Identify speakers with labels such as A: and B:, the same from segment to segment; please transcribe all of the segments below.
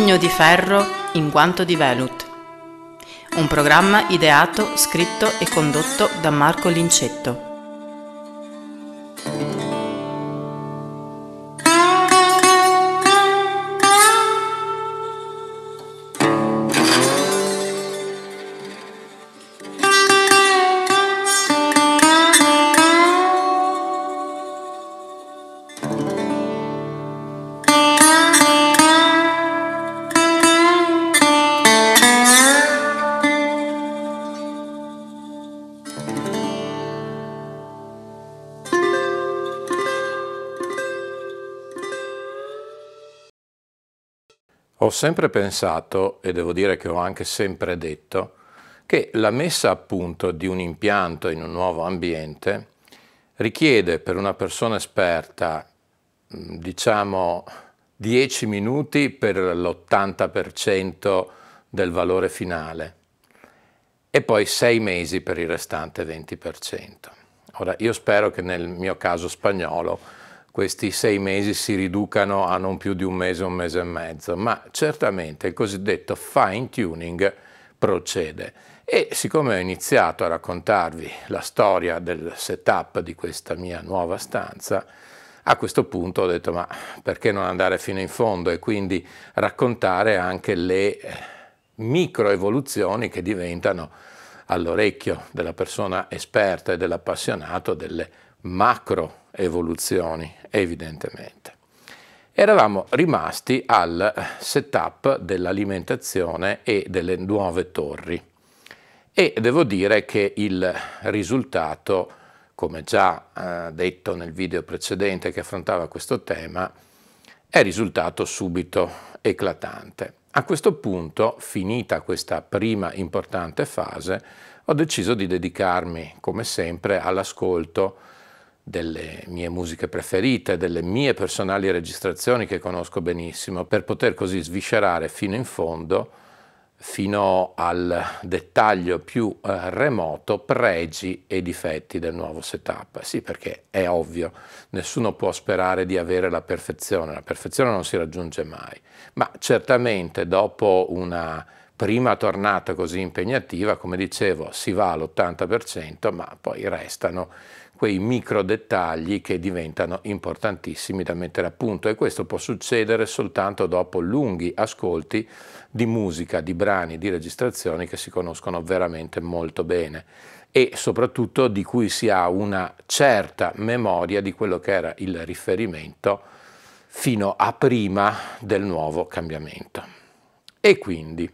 A: Pugno di ferro in guanto di velut. Un programma ideato, scritto e condotto da Marco Lincetto.
B: Ho sempre pensato, e devo dire che ho anche sempre detto, che la messa a punto di un impianto in un nuovo ambiente richiede per una persona esperta, diciamo, 10 minuti per l'80% del valore finale e poi 6 mesi per il restante 20%. Ora, io spero che nel mio caso spagnolo questi 6 mesi si riducano a non più di un mese e mezzo, ma certamente il cosiddetto fine tuning procede. E siccome ho iniziato a raccontarvi la storia del setup di questa mia nuova stanza, a questo punto ho detto ma perché non andare fino in fondo e quindi raccontare anche le microevoluzioni che diventano all'orecchio della persona esperta e dell'appassionato delle macro evoluzioni, evidentemente. Eravamo rimasti al setup dell'alimentazione e delle nuove torri e devo dire che il risultato, come già detto nel video precedente che affrontava questo tema, è risultato subito eclatante. A questo punto, finita questa prima importante fase, ho deciso di dedicarmi, come sempre, all'ascolto delle mie musiche preferite, delle mie personali registrazioni che conosco benissimo, per poter così sviscerare fino in fondo, fino al dettaglio più remoto, pregi e difetti del nuovo setup. Sì, perché è ovvio, nessuno può sperare di avere la perfezione non si raggiunge mai, ma certamente dopo una prima tornata così impegnativa, come dicevo, si va all'80%, ma poi restano quei micro dettagli che diventano importantissimi da mettere a punto, e questo può succedere soltanto dopo lunghi ascolti di musica, di brani, di registrazioni che si conoscono veramente molto bene e soprattutto di cui si ha una certa memoria di quello che era il riferimento fino a prima del nuovo cambiamento. E quindi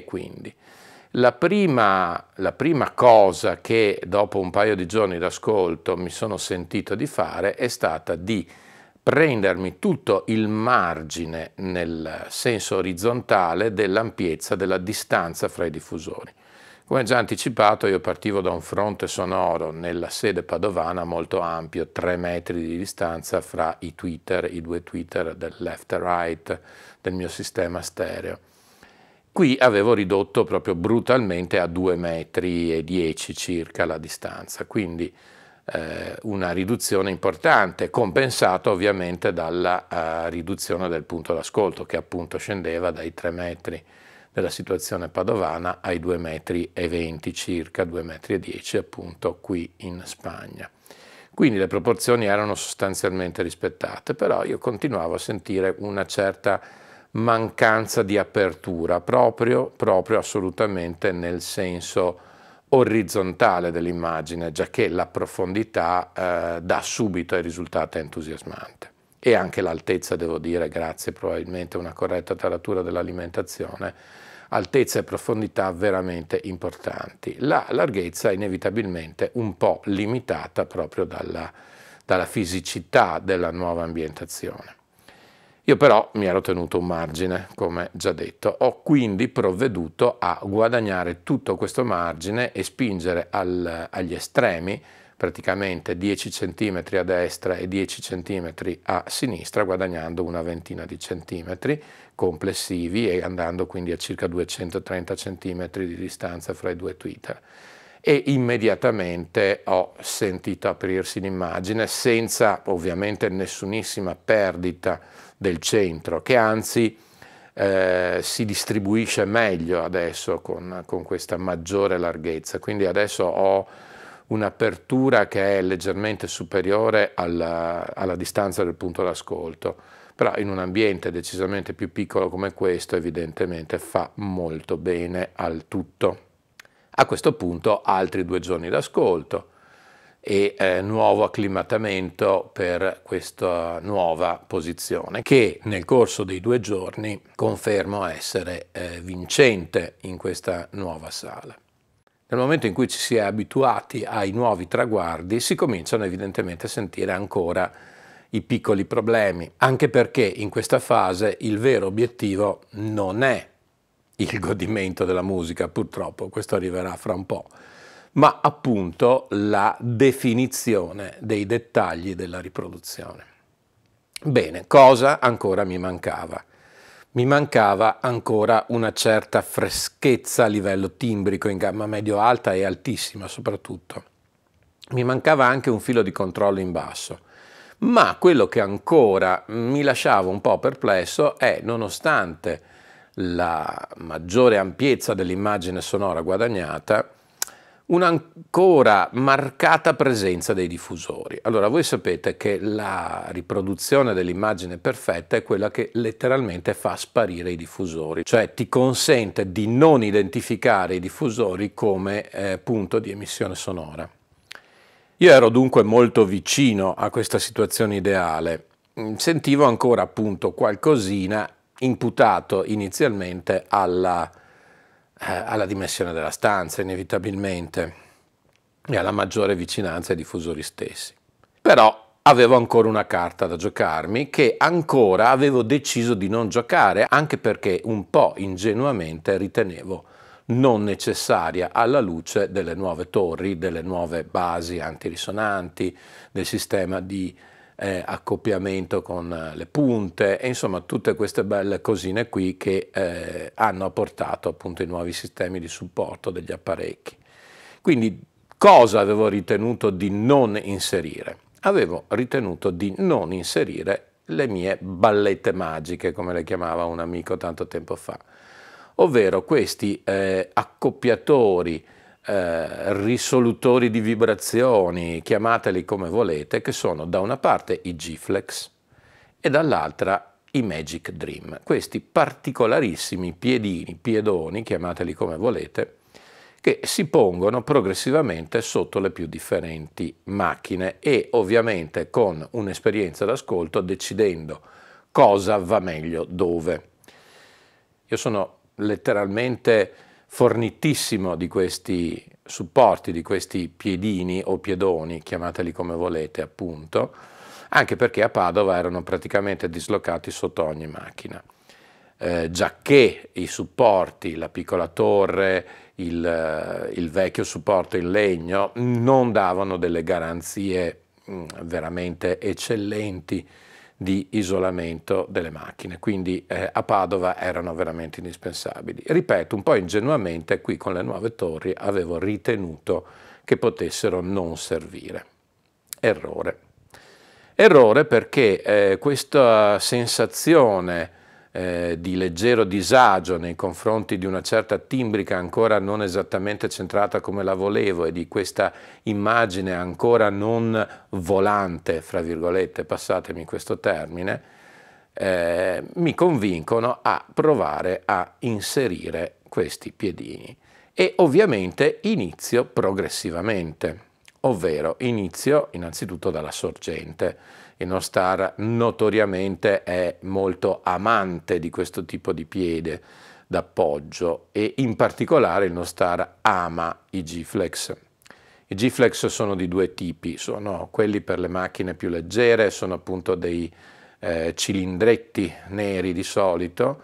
B: la prima cosa che dopo un paio di giorni d'ascolto mi sono sentito di fare è stata di prendermi tutto il margine nel senso orizzontale dell'ampiezza della distanza fra i diffusori. Come già anticipato, io partivo da un fronte sonoro nella sede padovana molto ampio, 3 metri di distanza fra i due tweeter del left e right del mio sistema stereo. Qui avevo ridotto proprio brutalmente a 2,10 metri circa la distanza, quindi una riduzione importante, compensata ovviamente dalla riduzione del punto d'ascolto, che appunto scendeva dai 3 metri della situazione padovana ai 2,20 metri circa, 2,10 metri appunto qui in Spagna. Quindi le proporzioni erano sostanzialmente rispettate, però io continuavo a sentire una certa mancanza di apertura, proprio assolutamente nel senso orizzontale dell'immagine, giacché la profondità dà subito il risultato entusiasmante. E anche l'altezza, devo dire, grazie probabilmente a una corretta taratura dell'alimentazione, altezza e profondità veramente importanti. La larghezza inevitabilmente un po' limitata proprio dalla fisicità della nuova ambientazione. Io però mi ero tenuto un margine, come già detto, ho quindi provveduto a guadagnare tutto questo margine e spingere agli estremi, praticamente 10 cm a destra e 10 cm a sinistra, guadagnando una ventina di centimetri complessivi e andando quindi a circa 230 cm di distanza fra i due tweeter. E immediatamente ho sentito aprirsi l'immagine senza ovviamente nessunissima perdita del centro, che anzi si distribuisce meglio adesso con questa maggiore larghezza, quindi adesso ho un'apertura che è leggermente superiore alla distanza del punto d'ascolto, però in un ambiente decisamente più piccolo come questo evidentemente fa molto bene al tutto. A questo punto altri 2 giorni d'ascolto e nuovo acclimatamento per questa nuova posizione, che nel corso dei 2 giorni confermo essere vincente in questa nuova sala. Nel momento in cui ci si è abituati ai nuovi traguardi si cominciano evidentemente a sentire ancora i piccoli problemi, anche perché in questa fase il vero obiettivo non è il godimento della musica, purtroppo, questo arriverà fra un po', ma appunto la definizione dei dettagli della riproduzione. Bene, cosa ancora mi mancava? Mi mancava ancora una certa freschezza a livello timbrico in gamma medio-alta e altissima soprattutto. Mi mancava anche un filo di controllo in basso, ma quello che ancora mi lasciava un po' perplesso è, nonostante la maggiore ampiezza dell'immagine sonora guadagnata, un'ancora marcata presenza dei diffusori. Allora, voi sapete che la riproduzione dell'immagine perfetta è quella che letteralmente fa sparire i diffusori, cioè ti consente di non identificare i diffusori come punto di emissione sonora. Io ero dunque molto vicino a questa situazione ideale, sentivo ancora appunto qualcosina imputato inizialmente alla dimensione della stanza, inevitabilmente, e alla maggiore vicinanza ai diffusori stessi. Però avevo ancora una carta da giocarmi che ancora avevo deciso di non giocare, anche perché un po' ingenuamente ritenevo non necessaria alla luce delle nuove torri, delle nuove basi antirisonanti, del sistema di accoppiamento con le punte e insomma tutte queste belle cosine qui che hanno portato appunto i nuovi sistemi di supporto degli apparecchi. Quindi cosa avevo ritenuto di non inserire? Avevo ritenuto di non inserire le mie ballette magiche, come le chiamava un amico tanto tempo fa, ovvero questi accoppiatori, risolutori di vibrazioni, chiamateli come volete, che sono da una parte i G-Flex e dall'altra i Magic Dream, questi particolarissimi piedoni, chiamateli come volete, che si pongono progressivamente sotto le più differenti macchine e ovviamente con un'esperienza d'ascolto decidendo cosa va meglio dove. Io sono letteralmente fornitissimo di questi supporti, di questi piedini o piedoni, chiamateli come volete appunto, anche perché a Padova erano praticamente dislocati sotto ogni macchina. Giacché i supporti, la piccola torre, il vecchio supporto in legno non davano delle garanzie veramente eccellenti di isolamento delle macchine, quindi a Padova erano veramente indispensabili. Ripeto, un po' ingenuamente qui con le nuove torri avevo ritenuto che potessero non servire. Errore. Errore perché questa sensazione di leggero disagio nei confronti di una certa timbrica ancora non esattamente centrata come la volevo e di questa immagine ancora non volante, fra virgolette, passatemi questo termine, mi convincono a provare a inserire questi piedini e ovviamente inizio progressivamente, ovvero inizio innanzitutto dalla sorgente. Il Nostar notoriamente è molto amante di questo tipo di piede d'appoggio e in particolare il Nostar ama i G-Flex. I G-Flex sono di 2 tipi, sono quelli per le macchine più leggere, sono appunto dei cilindretti neri di solito,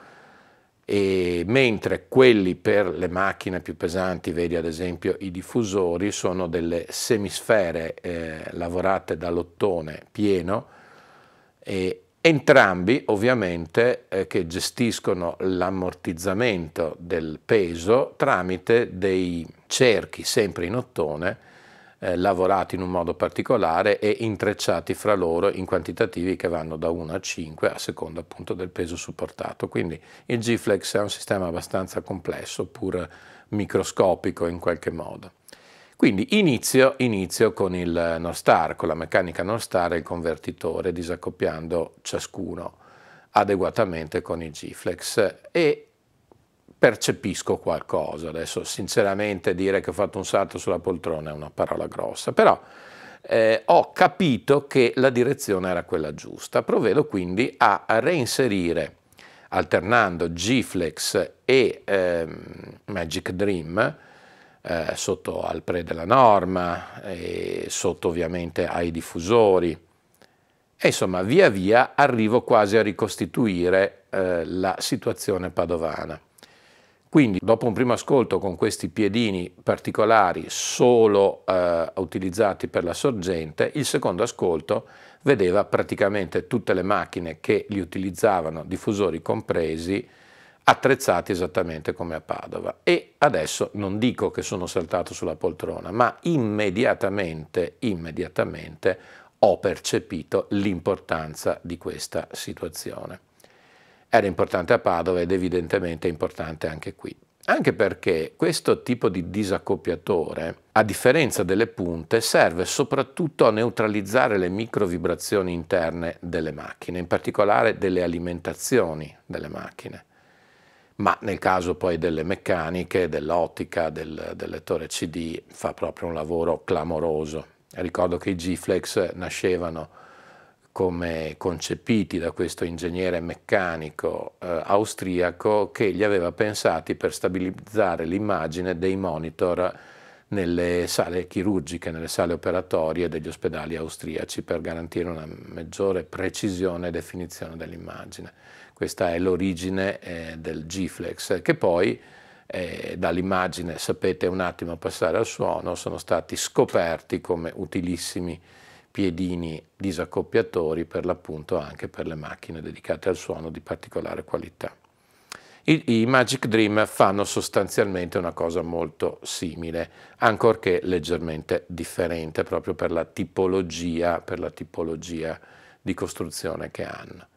B: e mentre quelli per le macchine più pesanti, vedi ad esempio i diffusori, sono delle semisfere lavorate dall'ottone pieno, e entrambi ovviamente che gestiscono l'ammortizzamento del peso tramite dei cerchi sempre in ottone lavorati in un modo particolare e intrecciati fra loro in quantitativi che vanno da 1 a 5 a seconda appunto del peso supportato. Quindi il G-Flex è un sistema abbastanza complesso, pur microscopico in qualche modo. Quindi inizio con il North Star, con la meccanica North Star e il convertitore, disaccoppiando ciascuno adeguatamente con il G-Flex e percepisco qualcosa. Adesso sinceramente dire che ho fatto un salto sulla poltrona è una parola grossa, però ho capito che la direzione era quella giusta. Provvedo quindi a reinserire, alternando G-Flex e Magic Dream, sotto al pre della norma e sotto ovviamente ai diffusori. E insomma, via via arrivo quasi a ricostituire la situazione padovana. Quindi, dopo un primo ascolto con questi piedini particolari solo utilizzati per la sorgente, il secondo ascolto vedeva praticamente tutte le macchine che li utilizzavano, diffusori compresi, attrezzati esattamente come a Padova. E adesso non dico che sono saltato sulla poltrona, ma immediatamente ho percepito l'importanza di questa situazione. Era importante a Padova ed evidentemente è importante anche qui. Anche perché questo tipo di disaccoppiatore, a differenza delle punte, serve soprattutto a neutralizzare le microvibrazioni interne delle macchine, in particolare delle alimentazioni delle macchine. Ma nel caso poi delle meccaniche, dell'ottica, del lettore CD, fa proprio un lavoro clamoroso. Ricordo che i G-Flex nascevano come concepiti da questo ingegnere meccanico austriaco che li aveva pensati per stabilizzare l'immagine dei monitor nelle sale chirurgiche, nelle sale operatorie degli ospedali austriaci per garantire una maggiore precisione e definizione dell'immagine. Questa è l'origine del G-Flex, che poi dall'immagine, sapete un attimo passare al suono, sono stati scoperti come utilissimi piedini disaccoppiatori per l'appunto anche per le macchine dedicate al suono di particolare qualità. I Magic Dream fanno sostanzialmente una cosa molto simile, ancorché leggermente differente proprio per la tipologia di costruzione che hanno.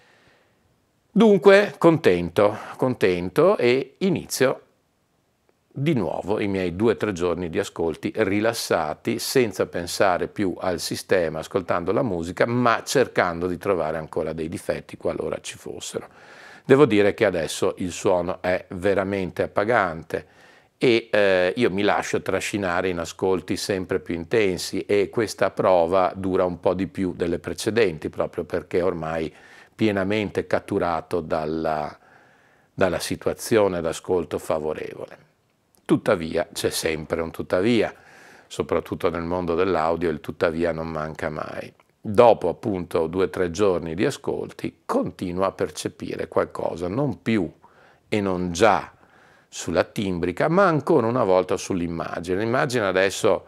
B: Dunque contento e inizio di nuovo i miei 2 o 3 giorni di ascolti rilassati, senza pensare più al sistema, ascoltando la musica, ma cercando di trovare ancora dei difetti qualora ci fossero. Devo dire che adesso il suono è veramente appagante e io mi lascio trascinare in ascolti sempre più intensi e questa prova dura un po' di più delle precedenti, proprio perché ormai pienamente catturato dalla situazione d'ascolto favorevole. Tuttavia, c'è sempre un tuttavia, soprattutto nel mondo dell'audio il tuttavia non manca mai. Dopo appunto 2 o 3 giorni di ascolti continuo a percepire qualcosa, non più e non già sulla timbrica, ma ancora una volta sull'immagine. L'immagine adesso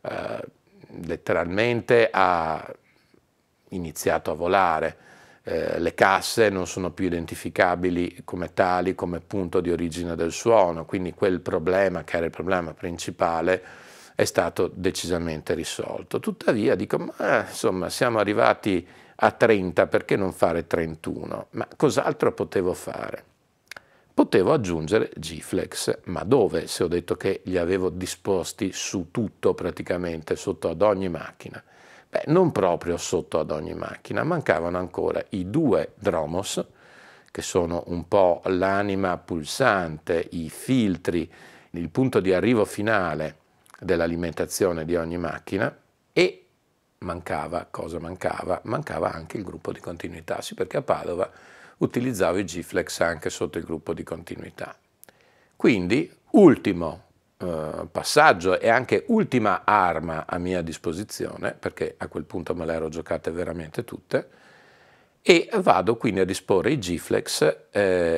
B: letteralmente ha iniziato a volare. Le casse non sono più identificabili come tali, come punto di origine del suono, quindi quel problema, che era il problema principale, è stato decisamente risolto. Tuttavia dico, ma insomma siamo arrivati a 30, perché non fare 31? Ma cos'altro potevo fare? Potevo aggiungere G-Flex, ma dove? Se ho detto che li avevo disposti su tutto praticamente, sotto ad ogni macchina. Beh, non proprio sotto ad ogni macchina, mancavano ancora i 2 Dromos, che sono un po' l'anima pulsante, i filtri, il punto di arrivo finale dell'alimentazione di ogni macchina, e mancava, cosa mancava? Mancava anche il gruppo di continuità, sì, perché a Padova utilizzavo i G-Flex anche sotto il gruppo di continuità. Quindi, ultimo passaggio e anche ultima arma a mia disposizione, perché a quel punto me le ero giocate veramente tutte, e vado quindi a disporre i G-Flex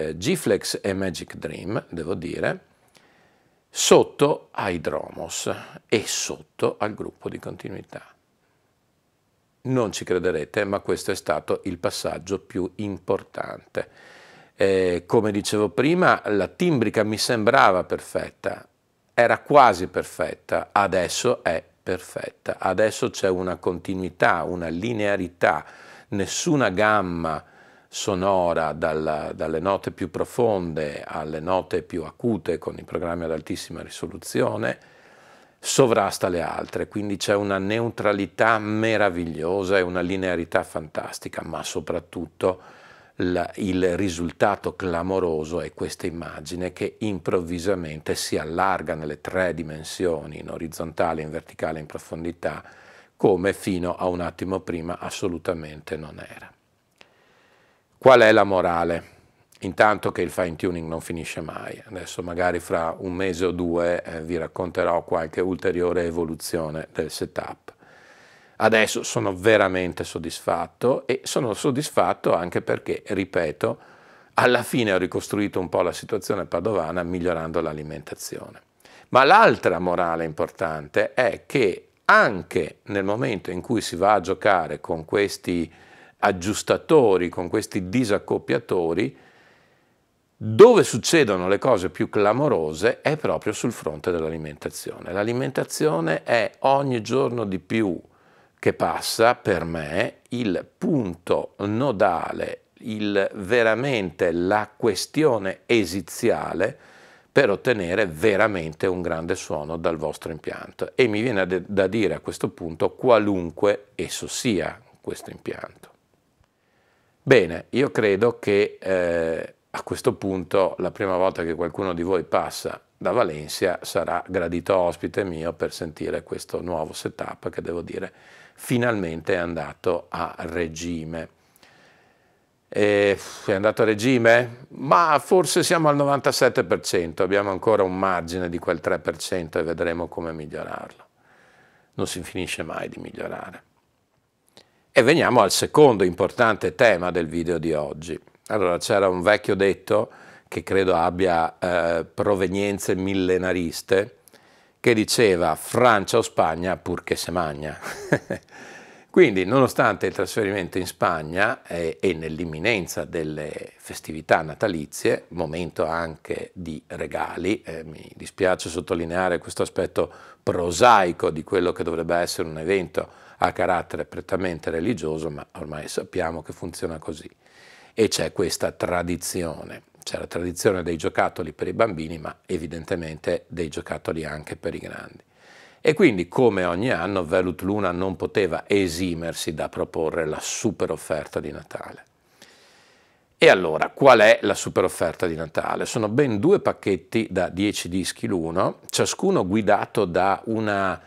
B: e Magic Dream, devo dire, sotto ai Dromos e sotto al gruppo di continuità. Non ci crederete, ma questo è stato il passaggio più importante. Come dicevo prima, la timbrica mi sembrava perfetta, era quasi perfetta, adesso è perfetta. Adesso c'è una continuità, una linearità, nessuna gamma sonora dalle note più profonde alle note più acute con i programmi ad altissima risoluzione sovrasta le altre, quindi c'è una neutralità meravigliosa e una linearità fantastica, ma soprattutto il risultato clamoroso è questa immagine che improvvisamente si allarga nelle 3 dimensioni, in orizzontale, in verticale, in profondità, come fino a un attimo prima assolutamente non era. Qual è la morale? Intanto che il fine tuning non finisce mai, adesso magari fra un mese o 2 vi racconterò qualche ulteriore evoluzione del setup. Adesso sono veramente soddisfatto e sono soddisfatto anche perché, ripeto, alla fine ho ricostruito un po' la situazione padovana migliorando l'alimentazione. Ma l'altra morale importante è che anche nel momento in cui si va a giocare con questi aggiustatori, con questi disaccoppiatori, dove succedono le cose più clamorose è proprio sul fronte dell'alimentazione. L'alimentazione è ogni giorno di più che passa per me il punto nodale, veramente la questione esiziale per ottenere veramente un grande suono dal vostro impianto. E mi viene da dire a questo punto qualunque esso sia questo impianto. Bene, io credo che a questo punto la prima volta che qualcuno di voi passa da Valencia sarà gradito ospite mio per sentire questo nuovo setup che devo dire finalmente è andato a regime. È andato a regime? Ma forse siamo al 97%, abbiamo ancora un margine di quel 3% e vedremo come migliorarlo. Non si finisce mai di migliorare. E veniamo al secondo importante tema del video di oggi. Allora, c'era un vecchio detto che credo abbia provenienze millenariste che diceva Francia o Spagna purché se magna. Quindi, nonostante il trasferimento in Spagna e nell'imminenza delle festività natalizie, momento anche di regali, mi dispiace sottolineare questo aspetto prosaico di quello che dovrebbe essere un evento a carattere prettamente religioso, ma ormai sappiamo che funziona così. E c'è questa tradizione, c'è la tradizione dei giocattoli per i bambini, ma evidentemente dei giocattoli anche per i grandi. E quindi, come ogni anno, Velut Luna non poteva esimersi da proporre la super offerta di Natale. E allora, qual è la super offerta di Natale? Sono ben 2 pacchetti da 10 dischi l'uno, ciascuno guidato da una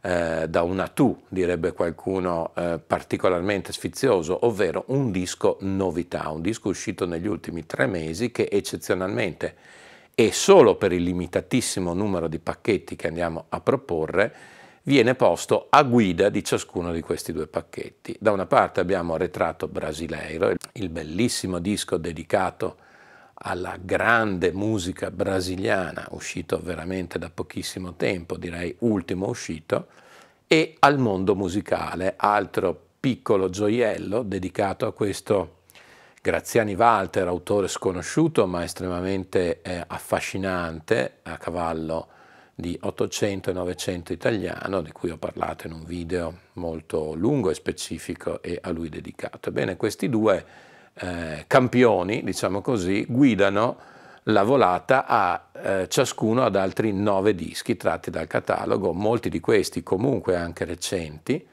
B: tu, direbbe qualcuno, particolarmente sfizioso, ovvero un disco novità, un disco uscito negli ultimi 3 mesi che eccezionalmente e solo per il limitatissimo numero di pacchetti che andiamo a proporre viene posto a guida di ciascuno di questi 2 pacchetti. Da una parte abbiamo Retrato Brasileiro, il bellissimo disco dedicato alla grande musica brasiliana, uscito veramente da pochissimo tempo, direi ultimo uscito, e al mondo musicale, altro piccolo gioiello dedicato a questo Graziani Walter, autore sconosciuto ma estremamente affascinante, a cavallo di 800 e 900 italiano, di cui ho parlato in un video molto lungo e specifico e a lui dedicato. Ebbene, questi 2 campioni, diciamo così, guidano la volata a ciascuno ad altri 9 dischi tratti dal catalogo, molti di questi comunque anche recenti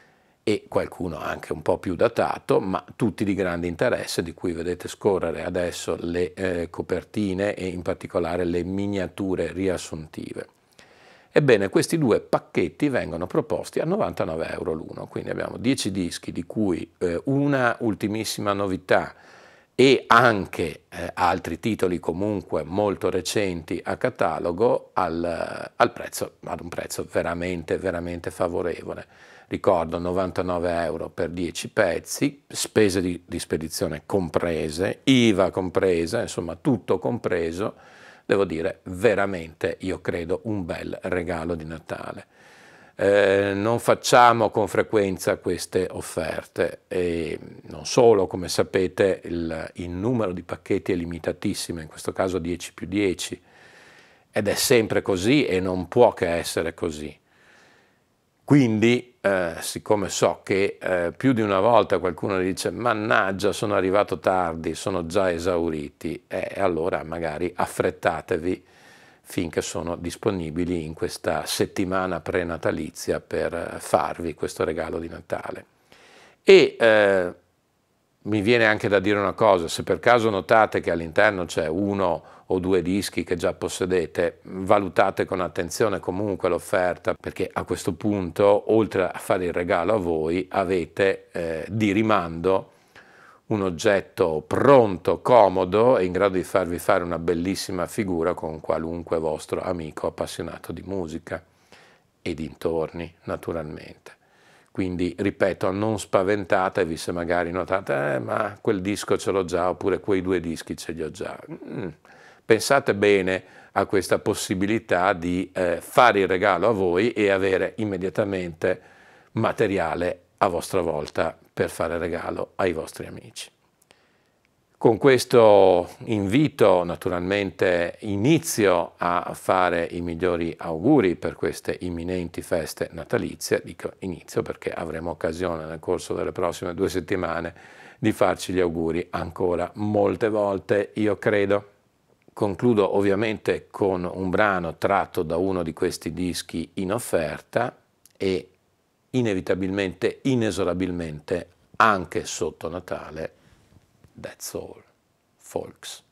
B: e qualcuno anche un po' più datato, ma tutti di grande interesse, di cui vedete scorrere adesso le copertine e in particolare le miniature riassuntive. Ebbene, questi 2 pacchetti vengono proposti a 99 euro l'uno, quindi abbiamo 10 dischi di cui una ultimissima novità e anche altri titoli comunque molto recenti a catalogo ad un prezzo veramente, veramente favorevole. Ricordo 99 euro per 10 pezzi, spese di spedizione comprese, IVA compresa, insomma tutto compreso. Devo dire veramente, io credo, un bel regalo di Natale. Non facciamo con frequenza queste offerte e non solo, come sapete, il numero di pacchetti è limitatissimo, in questo caso 10 più 10, ed è sempre così e non può che essere così. Quindi, siccome so che più di una volta qualcuno dice mannaggia sono arrivato tardi, sono già esauriti, allora magari affrettatevi finché sono disponibili in questa settimana prenatalizia per farvi questo regalo di Natale. E mi viene anche da dire una cosa: se per caso notate che all'interno c'è 1 o 2 dischi che già possedete, valutate con attenzione comunque l'offerta, perché a questo punto, oltre a fare il regalo a voi, avete di rimando un oggetto pronto, comodo e in grado di farvi fare una bellissima figura con qualunque vostro amico appassionato di musica e dintorni, naturalmente. Quindi, ripeto, non spaventatevi se magari notate ma quel disco ce l'ho già, oppure quei 2 dischi ce li ho già. Pensate bene a questa possibilità di fare il regalo a voi e avere immediatamente materiale a vostra volta per fare regalo ai vostri amici. Con questo invito, naturalmente, inizio a fare i migliori auguri per queste imminenti feste natalizie. Dico inizio perché avremo occasione nel corso delle prossime 2 settimane di farci gli auguri ancora molte volte, io credo. Concludo ovviamente con un brano tratto da uno di questi dischi in offerta e inevitabilmente, inesorabilmente, anche sotto Natale, That's All, Folks.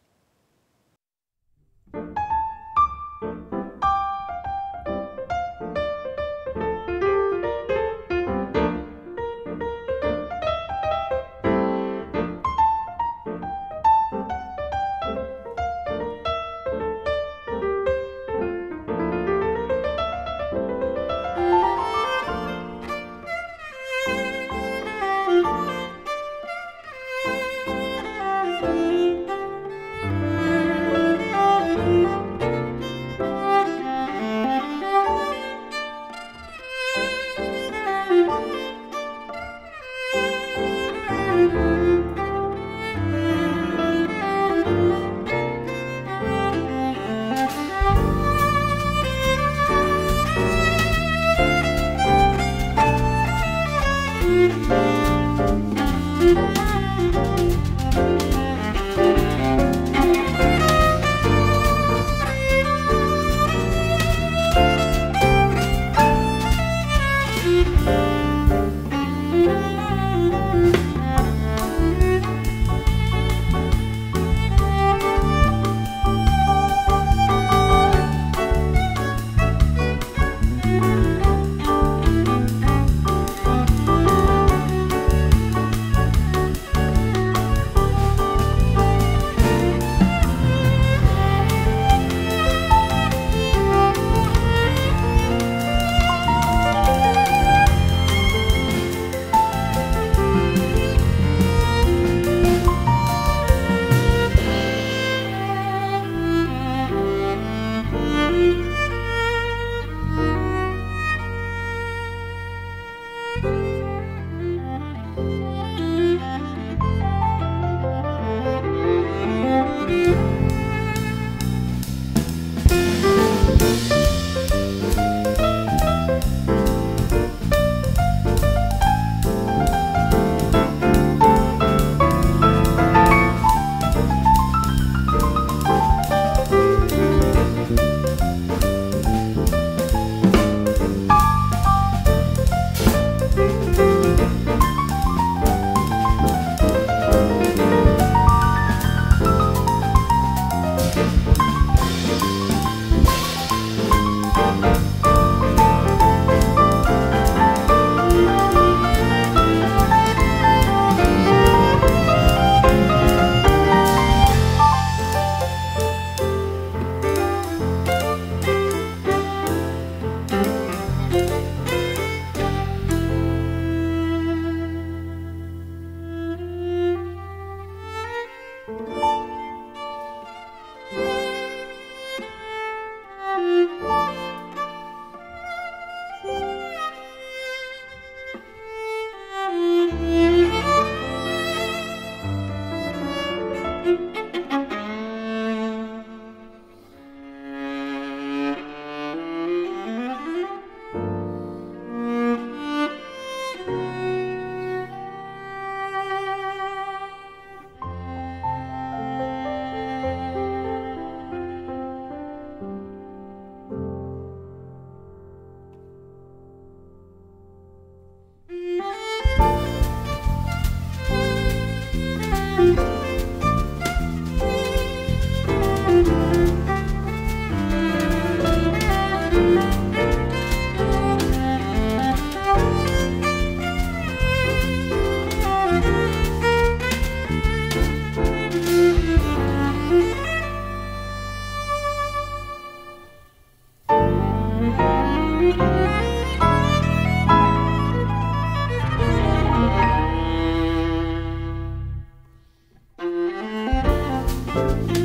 B: Ciao.